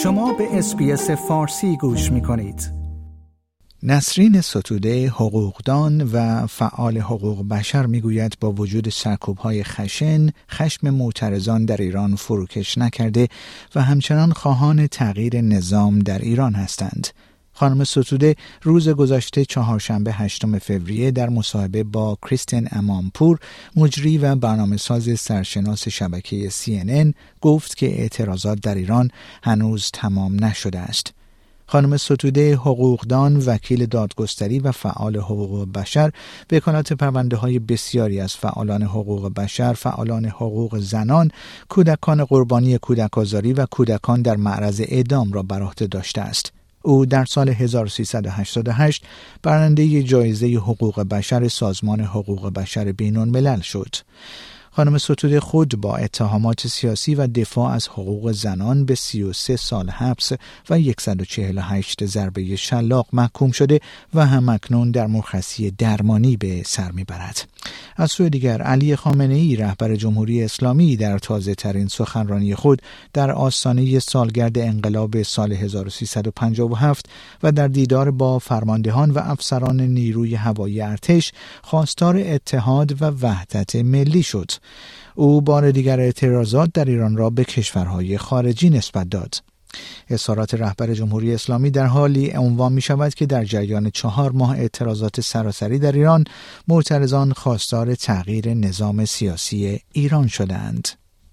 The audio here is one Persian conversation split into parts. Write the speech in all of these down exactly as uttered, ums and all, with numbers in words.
شما به اس‌بی‌اس فارسی گوش می‌کنید. نسرین ستوده، حقوقدان و فعال حقوق بشر میگوید با وجود سرکوب‌های خشن، خشم معترضان در ایران فروکش نکرده و همچنان خواهان تغییر نظام در ایران هستند. خانم ستوده روز گذشته چهارشنبه هشتم فوریه در مصاحبه با کریستین امامپور، مجری و برنامه‌ساز سرشناس شبکه سی ان ان، گفت که اعتراضات در ایران هنوز تمام نشده است. خانم ستوده، حقوقدان، وکیل دادگستری و فعال حقوق بشر، به وکالت پرونده‌های بسیاری از فعالان حقوق بشر، فعالان حقوق زنان، کودکان قربانی کودک آزاری و کودکان در معرض اعدام را بر عهده داشته است. او در سال هزار و سیصد و هشتاد و هشت برنده جایزه حقوق بشر سازمان حقوق بشر بین‌الملل شد. خانم ستوده خود با اتهامات سیاسی و دفاع از حقوق زنان به سی و سه سال حبس و صد و چهل و هشت ضربه شلاق محکوم شده و همکنون در مرخصی درمانی به سر میبرد. از سوی دیگر علی خامنه‌ای رهبر جمهوری اسلامی در تازه ترین سخنرانی خود در آستانه سالگرد انقلاب سال هزار و سیصد و پنجاه و هفت و در دیدار با فرماندهان و افسران نیروی هوایی ارتش خواستار اتحاد و وحدت ملی شد. او بار دیگر اعتراضات در ایران را به کشورهای خارجی نسبت داد. اظهارات رهبر جمهوری اسلامی در حالی عنوان می شود که در جریان چهار ماه اعتراضات سراسری در ایران، معترضان خواستار تغییر نظام سیاسی ایران شدند.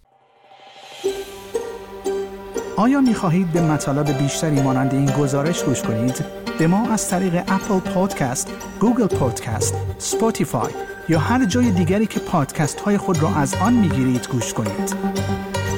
آیا می خواهید به مطالب بیشتری مانند این گزارش گوش کنید؟ به ما از طریق اپل پادکست، گوگل پادکست، اسپاتیفای یا هر جای دیگری که پادکست های خود را از آن می گیرید گوش کنید.